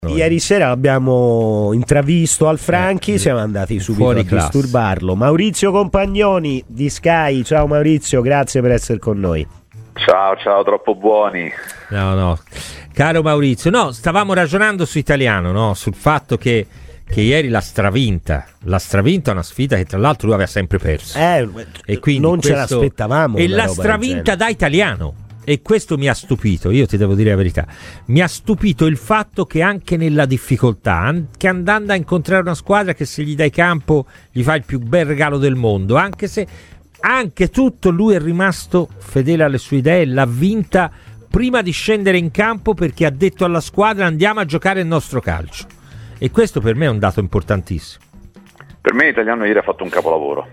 Ieri sera l'abbiamo intravisto al Franchi, siamo andati subito a disturbarlo. Maurizio Compagnoni di Sky, ciao Maurizio, grazie per essere con noi. Ciao, troppo buoni. No, caro Maurizio, stavamo ragionando su Italiano, no? Sul fatto che ieri l'ha stravinta è una sfida che tra l'altro lui aveva sempre perso. E quindi non ce l'aspettavamo. E l'ha stravinta da Italiano. E questo mi ha stupito, io ti devo dire la verità, mi ha stupito il fatto che anche nella difficoltà, anche andando a incontrare una squadra che se gli dai campo gli fa il più bel regalo del mondo, anche se anche tutto lui è rimasto fedele alle sue idee, l'ha vinta prima di scendere in campo perché ha detto alla squadra andiamo a giocare il nostro calcio, e questo per me è un dato importantissimo. Per me l'Italiano ieri ha fatto un capolavoro,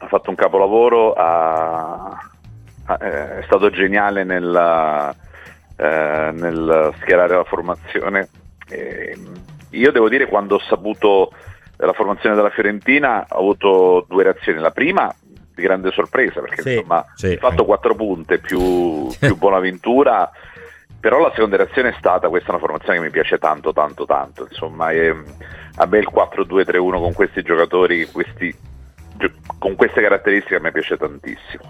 è stato geniale nel schierare la formazione. Io devo dire, quando ho saputo la formazione della Fiorentina ho avuto due reazioni. La prima di grande sorpresa, perché ha fatto 4 punte più Bonaventura, però la seconda reazione è stata: questa è una formazione che mi piace tanto, insomma, a me il 4-2-3-1 con questi giocatori, con queste caratteristiche a me piace tantissimo.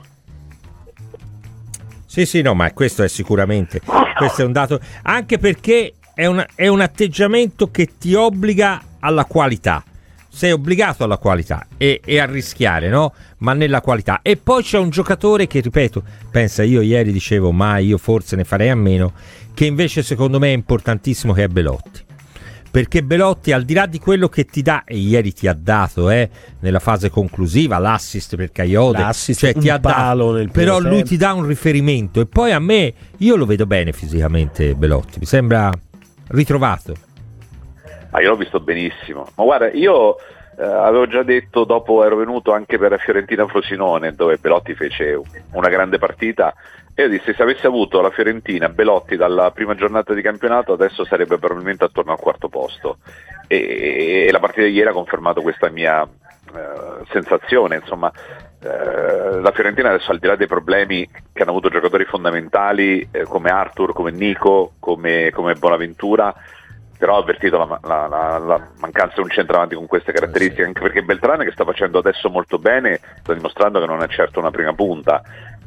Sì, no, ma questo è sicuramente, questo è un dato, anche perché è un atteggiamento che ti obbliga alla qualità, sei obbligato alla qualità e a rischiare, no? Ma nella qualità. E poi c'è un giocatore che, ripeto, pensa, io ieri dicevo ma io forse ne farei a meno, che invece secondo me è importantissimo, che è Belotti. Perché Belotti, al di là di quello che ti dà, e ieri ti ha dato nella fase conclusiva l'assist per Kayode, cioè ti ha dato, però lui ti dà un riferimento, e poi a me, io lo vedo bene fisicamente Belotti, mi sembra ritrovato. Io l'ho visto benissimo, ma guarda, io avevo già detto, ero venuto anche per Fiorentina Frosinone, dove Belotti fece una grande partita, e io dissi: se avesse avuto la Fiorentina Belotti dalla prima giornata di campionato, adesso sarebbe probabilmente attorno al 4º posto, e la partita di ieri ha confermato questa mia sensazione. Insomma, la Fiorentina adesso, al di là dei problemi che hanno avuto giocatori fondamentali come Arthur, come Nico, come Bonaventura, però ho avvertito la mancanza di un centravanti con queste caratteristiche, anche perché Beltrán, che sta facendo adesso molto bene, sta dimostrando che non è certo una prima punta.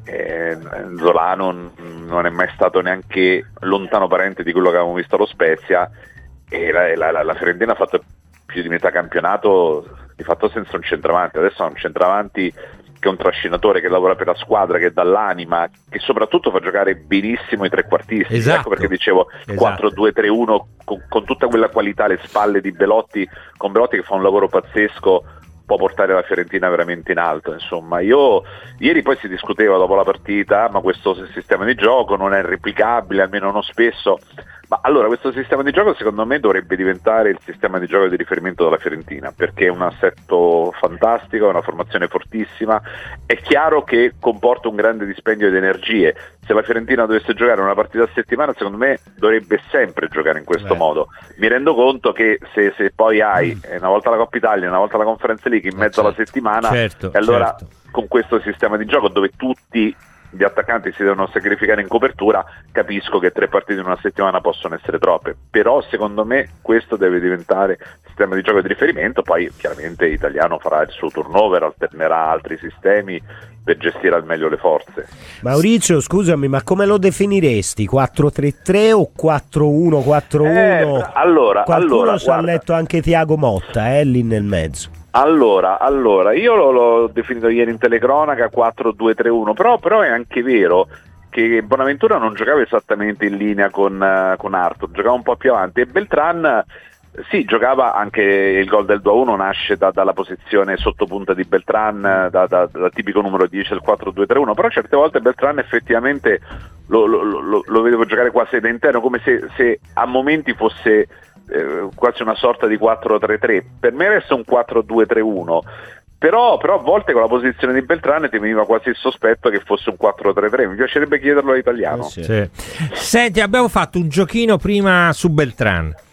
Zolano non è mai stato neanche lontano parente di quello che avevamo visto allo Spezia, e la Fiorentina ha fatto più di metà campionato di fatto senza un centravanti. Adesso ha un centravanti che è un trascinatore, che lavora per la squadra, che dà l'anima, che soprattutto fa giocare benissimo i trequartisti. Esatto. Ecco perché dicevo 4-2-3-1 con tutta quella qualità alle spalle di Belotti, con Belotti che fa un lavoro pazzesco, può portare la Fiorentina veramente in alto. Insomma, ieri poi si discuteva dopo la partita, ma questo sistema di gioco non è replicabile, almeno non spesso. Ma allora, questo sistema di gioco secondo me dovrebbe diventare il sistema di gioco di riferimento della Fiorentina, perché è un assetto fantastico, è una formazione fortissima. È chiaro che comporta un grande dispendio di energie. Se la Fiorentina dovesse giocare una partita a settimana, secondo me dovrebbe sempre giocare in questo modo. Mi rendo conto che se poi hai una volta la Coppa Italia, una volta la Conference League in mezzo alla settimana, e allora con questo sistema di gioco dove tutti gli attaccanti si devono sacrificare in copertura, capisco che 3 partite in una settimana possono essere troppe, però secondo me questo deve diventare il sistema di gioco di riferimento. Poi chiaramente l'Italiano farà il suo turnover, alternerà altri sistemi per gestire al meglio le forze. Maurizio, scusami, ma come lo definiresti? 4-3-3 o 4-1-4-1? Allora, ci ha letto anche Tiago Motta lì nel mezzo. Allora, io l'ho definito ieri in telecronaca 4-2-3-1, però è anche vero che Bonaventura non giocava esattamente in linea con Arthur, giocava un po' più avanti, e Beltrán sì, giocava, anche il gol del 2-1 nasce dalla posizione sottopunta di Beltrán, da tipico numero 10 del 4-2-3-1, però certe volte Beltrán effettivamente lo vedevo giocare quasi da interno, come se a momenti fosse quasi una sorta di 4-3-3. Per me resta un 4-2-3-1, però a volte con la posizione di Beltrán ti veniva quasi il sospetto che fosse un 4-3-3. Mi piacerebbe chiederlo all'italiano. Sì. Senti, abbiamo fatto un giochino prima su Beltrán.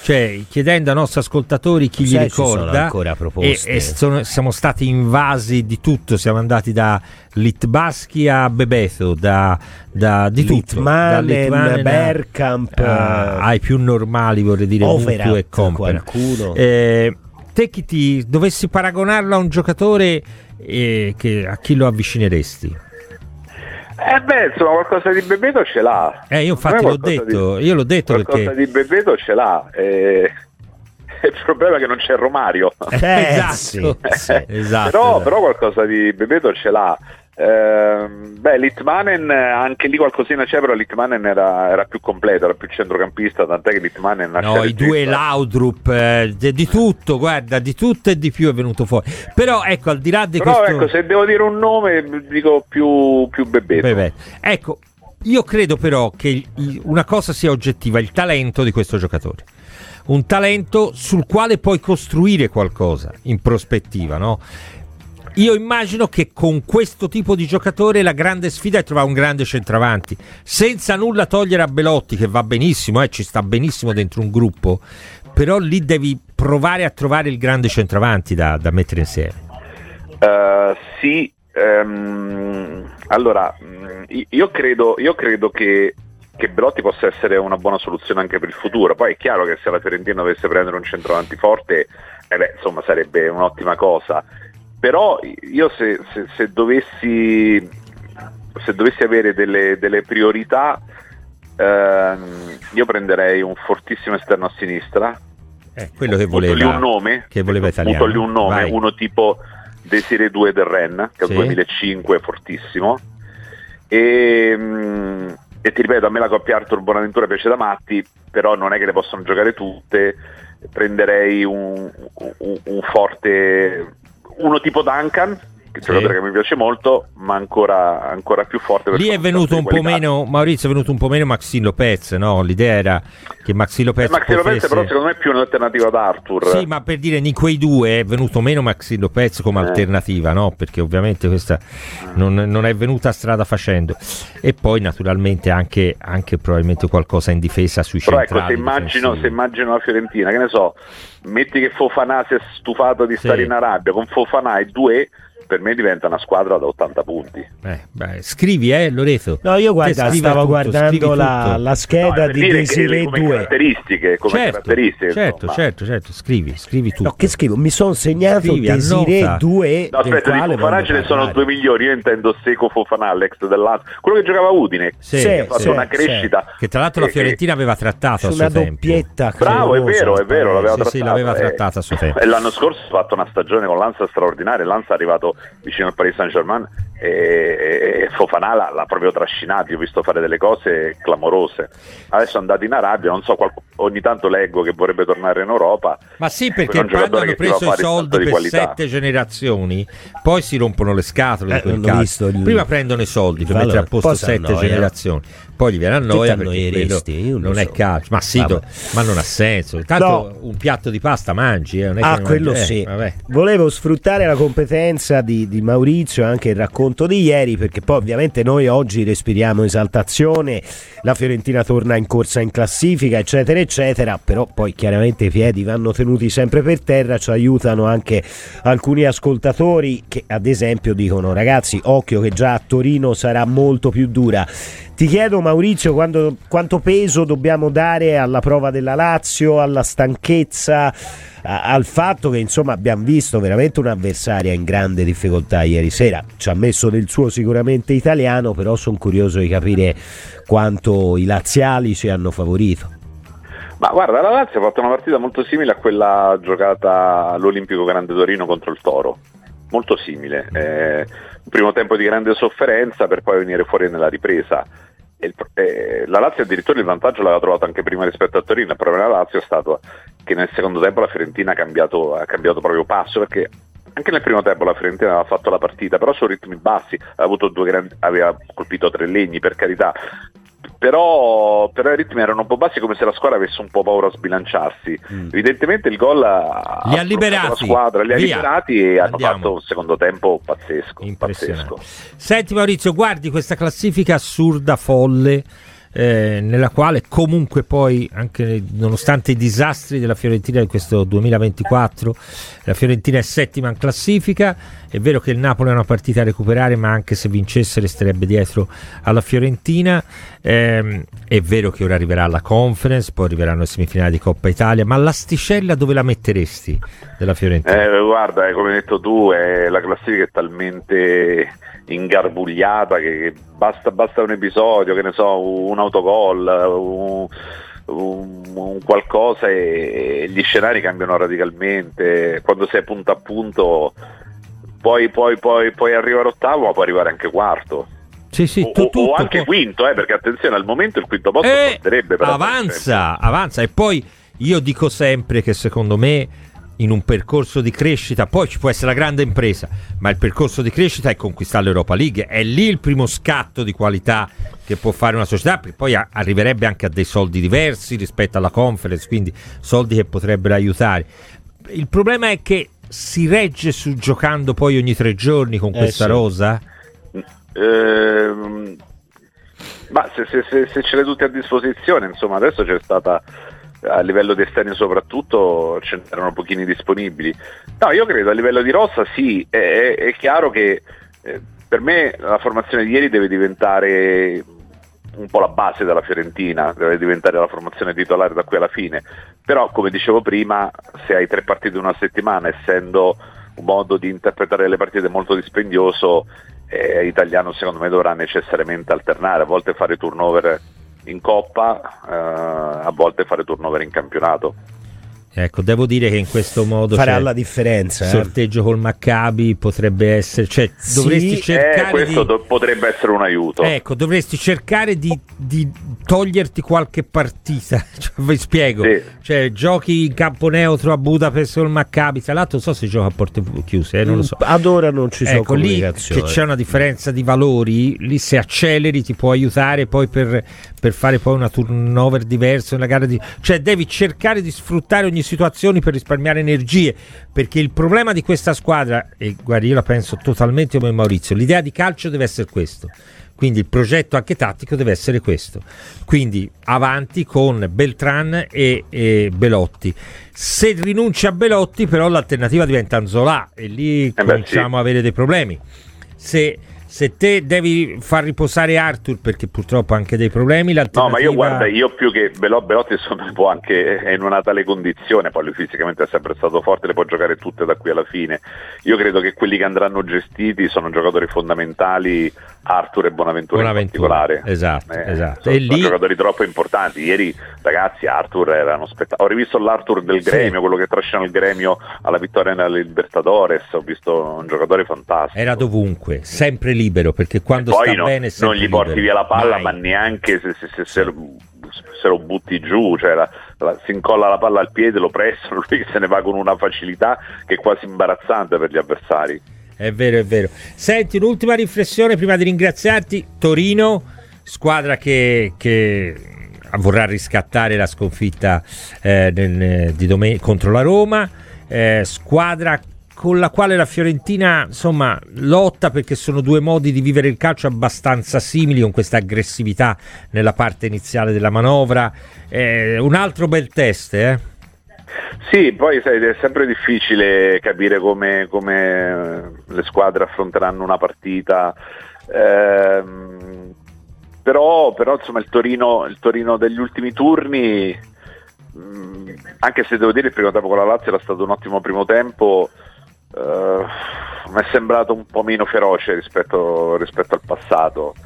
cioè chiedendo ai nostri ascoltatori chi gli ricorda, sono ancora proposte. Siamo stati invasi di tutto, siamo andati da Litbaschi a Bebeto, di tutto, da Litmanen, Bergkamp, ai più normali, vorrei dire Mutu e compagnia. Te chi dovessi paragonarlo a un giocatore, a chi lo avvicineresti? Insomma, qualcosa di Bebeto ce l'ha. Io infatti l'ho detto qualcosa perché di Bebeto ce l'ha. Il problema è che non c'è Romario. Esatto. Però qualcosa di Bebeto ce l'ha. Litmanen anche lì qualcosina c'è, però Litmanen era più completo, era più centrocampista, tant'è che Litmanen i due Laudrup, di tutto, guarda, di tutto e di più è venuto fuori. Però ecco, al di là di questo, ecco, se devo dire un nome dico più Bebeto. Ecco, io credo però che una cosa sia oggettiva: il talento di questo giocatore, un talento sul quale puoi costruire qualcosa in prospettiva, no? Io immagino che con questo tipo di giocatore la grande sfida è trovare un grande centravanti, senza nulla togliere a Belotti, che va benissimo, ci sta benissimo dentro un gruppo, però lì devi provare a trovare il grande centravanti da mettere insieme. Sì, allora io credo che Belotti possa essere una buona soluzione anche per il futuro. Poi è chiaro che se la Fiorentina dovesse prendere un centravanti forte, insomma sarebbe un'ottima cosa. Però io se dovessi avere delle priorità, io prenderei un fortissimo esterno a sinistra. Quello che voleva, lì un nome, che voleva italiano. Lì un nome, uno tipo Desiré Doué del Rennes, che è il 2005, fortissimo. E ti ripeto, a me la coppia Arthur Bonaventura piace da matti, però non è che le possono giocare tutte. Prenderei un forte, uno tipo Duncan, che è un giocatore che mi piace molto, ma ancora più forte. Lì è venuto un po' meno, Maurizio, è venuto un po' meno Maxime Lopez, no? L'idea era che Maxime Lopez Lopez però secondo me è più un'alternativa ad Arthur. Sì, ma per dire, in quei due è venuto meno Maxime Lopez come alternativa, no? Perché ovviamente questa non è venuta strada facendo. E poi naturalmente anche probabilmente qualcosa in difesa sui centrali. Però ecco, se immagino la Fiorentina, che ne so, metti che Fofana si è stufato di stare in Arabia, con Fofana e Doué, per me diventa una squadra da 80 punti. Scrivi, Loreto. No, io stavo guardando la scheda di Desiré Doué. Certo. Scrivi tutto. No, che scrivo? Mi sono segnato Desiré Doué. No, aspetta, di Fofana ce ne sono 2 migliori. Io intendo Seco Fofana, l'ex dell'Lazio, quello che giocava a Udine, ha fatto una crescita. Che tra l'altro la Fiorentina aveva trattato a suo tempo. Una doppietta. Bravo, è vero, l'aveva trattata. Sì, l'aveva trattata a suo tempo. E l'anno scorso ha fatto una stagione con l'Ansa straordinaria. L'Ansa è arrivato vicino al Paris Saint-Germain e Fofana l'ha proprio trascinato. Io ho visto fare delle cose clamorose. Adesso è andato in Arabia, non so, ogni tanto leggo che vorrebbe tornare in Europa. Ma sì, perché quando hanno preso i soldi per 7 generazioni, poi si rompono le scatole di quel calcio. Prima prendono i soldi per mettere a posto 7 generazioni, poi gli viene a noia perché non è calcio. Ma sì, ma non ha senso. Tanto un piatto di pasta mangi, non è che quello sì. Volevo sfruttare la competenza di Maurizio e anche il racconto di ieri, perché poi ovviamente noi oggi respiriamo esaltazione, la Fiorentina torna in corsa in classifica, eccetera eccetera, però poi chiaramente i piedi vanno tenuti sempre per terra. Ci aiutano anche alcuni ascoltatori che ad esempio dicono: ragazzi, occhio che già a Torino sarà molto più dura. Ti chiedo, Maurizio, quanto peso dobbiamo dare alla prova della Lazio, alla stanchezza, al fatto che insomma abbiamo visto veramente un'avversaria in grande difficoltà ieri sera. Ci ha messo del suo sicuramente italiano, però sono curioso di capire quanto i laziali ci hanno favorito. Ma guarda, la Lazio ha fatto una partita molto simile a quella giocata all'Olimpico Grande Torino contro il Toro, molto simile, un primo tempo di grande sofferenza per poi venire fuori nella ripresa. La Lazio addirittura il vantaggio l'aveva trovato anche prima rispetto a Torino. Il problema della Lazio è stato che nel secondo tempo la Fiorentina ha cambiato proprio passo, perché anche nel primo tempo la Fiorentina aveva fatto la partita, però su ritmi bassi, aveva colpito 3 legni, per carità, però i ritmi erano un po' bassi, come se la squadra avesse un po' paura a sbilanciarsi. Evidentemente il gol li ha liberati, la squadra, li ha liberati e hanno fatto un secondo tempo pazzesco. Senti Maurizio, guardi questa classifica assurda, folle, nella quale comunque poi, anche nonostante i disastri della Fiorentina in questo 2024, la Fiorentina è settima in classifica. È vero che il Napoli è una partita a recuperare, ma anche se vincesse resterebbe dietro alla Fiorentina. È vero che ora arriverà la Conference, poi arriveranno le semifinali di Coppa Italia, ma l'asticella dove la metteresti della Fiorentina? Guarda, come hai detto tu, la classifica è talmente ingarbugliata che basta un episodio, che ne so, un autogol, un qualcosa e gli scenari cambiano radicalmente. Quando sei punto a punto poi arrivare ottavo, ma puoi arrivare anche quarto. Sì, o anche quinto, perché attenzione, al momento il quinto posto basterebbe per avanza. E poi io dico sempre che secondo me in un percorso di crescita poi ci può essere la grande impresa, ma il percorso di crescita è conquistare l'Europa League, è lì il primo scatto di qualità che può fare una società, perché poi arriverebbe anche a dei soldi diversi rispetto alla Conference, quindi soldi che potrebbero aiutare. Il problema è che si regge su giocando poi ogni 3 giorni con questa rosa? Ma se ce l'hai tutti a disposizione, insomma, adesso c'è stata, a livello di esterni soprattutto, ce n'erano pochini disponibili. No, io credo a livello di rossa sì, è chiaro che per me la formazione di ieri deve diventare un po' la base della Fiorentina, deve diventare la formazione titolare da qui alla fine, però come dicevo prima, se hai 3 partite in una settimana, essendo un modo di interpretare le partite molto dispendioso, Italiano secondo me dovrà necessariamente alternare, a volte fare turnover in Coppa, a volte fare turnover in campionato. Ecco, devo dire che in questo modo farà la differenza. Il sorteggio col Maccabi potrebbe essere, cioè dovresti cercare questo potrebbe essere un aiuto. Ecco, dovresti cercare di toglierti qualche partita. Cioè, vi spiego. Sì. Cioè, giochi in campo neutro a Budapest col Maccabi, tra l'altro non so se gioca a porte chiuse, non lo so. Ad ora non ci sono comunicazioni. Lì che c'è una differenza di valori, lì se acceleri ti può aiutare poi per fare poi una turnover diversa, una gara cioè devi cercare di sfruttare ogni situazione per risparmiare energie, perché il problema di questa squadra, e guarda, io la penso totalmente come Maurizio, l'idea di calcio deve essere questo, quindi il progetto anche tattico deve essere questo, quindi avanti con Beltran e Belotti. Se rinunci a Belotti però l'alternativa diventa Nzola e lì cominciamo a avere dei problemi. Se te devi far riposare Arthur, perché purtroppo ha anche dei problemi, l'alternativa... No, ma io più che Belotti insomma può anche, è in una tale condizione, poi lui fisicamente è sempre stato forte, le può giocare tutte da qui alla fine. Io credo che quelli che andranno gestiti sono giocatori fondamentali, Arthur e Bonaventura in particolare. Esatto. Sono giocatori troppo importanti. Ieri, ragazzi, Arthur era uno spettacolo. Ho rivisto l'Arthur del Gremio, quello che trascina il Gremio alla vittoria nella Libertadores, ho visto un giocatore fantastico. Era dovunque, sempre libero, perché quando sta bene non gli porti via la palla, ma neanche se lo butti giù, cioè si incolla la palla al piede, lo prestano, lui che se ne va con una facilità che è quasi imbarazzante per gli avversari. È vero. Senti, un'ultima riflessione prima di ringraziarti. Torino, squadra che vorrà riscattare la sconfitta di contro la Roma, squadra con la quale la Fiorentina insomma lotta, perché sono 2 modi di vivere il calcio abbastanza simili, con questa aggressività nella parte iniziale della manovra. Un altro bel test, Sì, poi sai, è sempre difficile capire come le squadre affronteranno una partita, però insomma il Torino degli ultimi turni, anche se devo dire il primo tempo con la Lazio era stato un ottimo primo tempo, mi è sembrato un po' meno feroce rispetto al passato.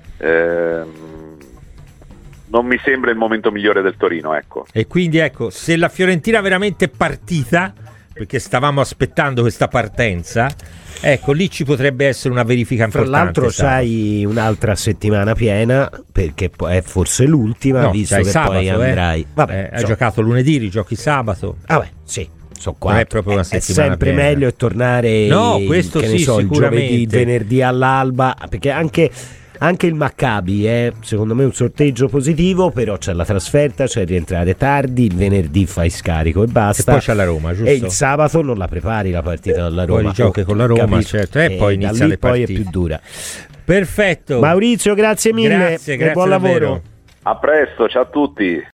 Non mi sembra il momento migliore del Torino, ecco. E quindi se la Fiorentina veramente è partita, perché stavamo aspettando questa partenza, lì ci potrebbe essere una verifica importante. Tra l'altro c'hai un'altra settimana piena, perché è forse l'ultima, visto che sabato, poi andrai. Hai giocato lunedì, rigiochi sabato. Sì. So non è proprio una settimana è sempre piena. Meglio tornare questo il giovedì, il venerdì all'alba, perché anche il Maccabi secondo me un sorteggio positivo, però c'è la trasferta, c'è rientrare tardi, il venerdì fai scarico e basta, e poi c'è la Roma, giusto? E il sabato non la prepari la partita dalla Roma, poi giochi con la Roma, certo, e poi inizia le partite, poi è più dura. Perfetto Maurizio, grazie mille, grazie buon lavoro. A presto, ciao a tutti.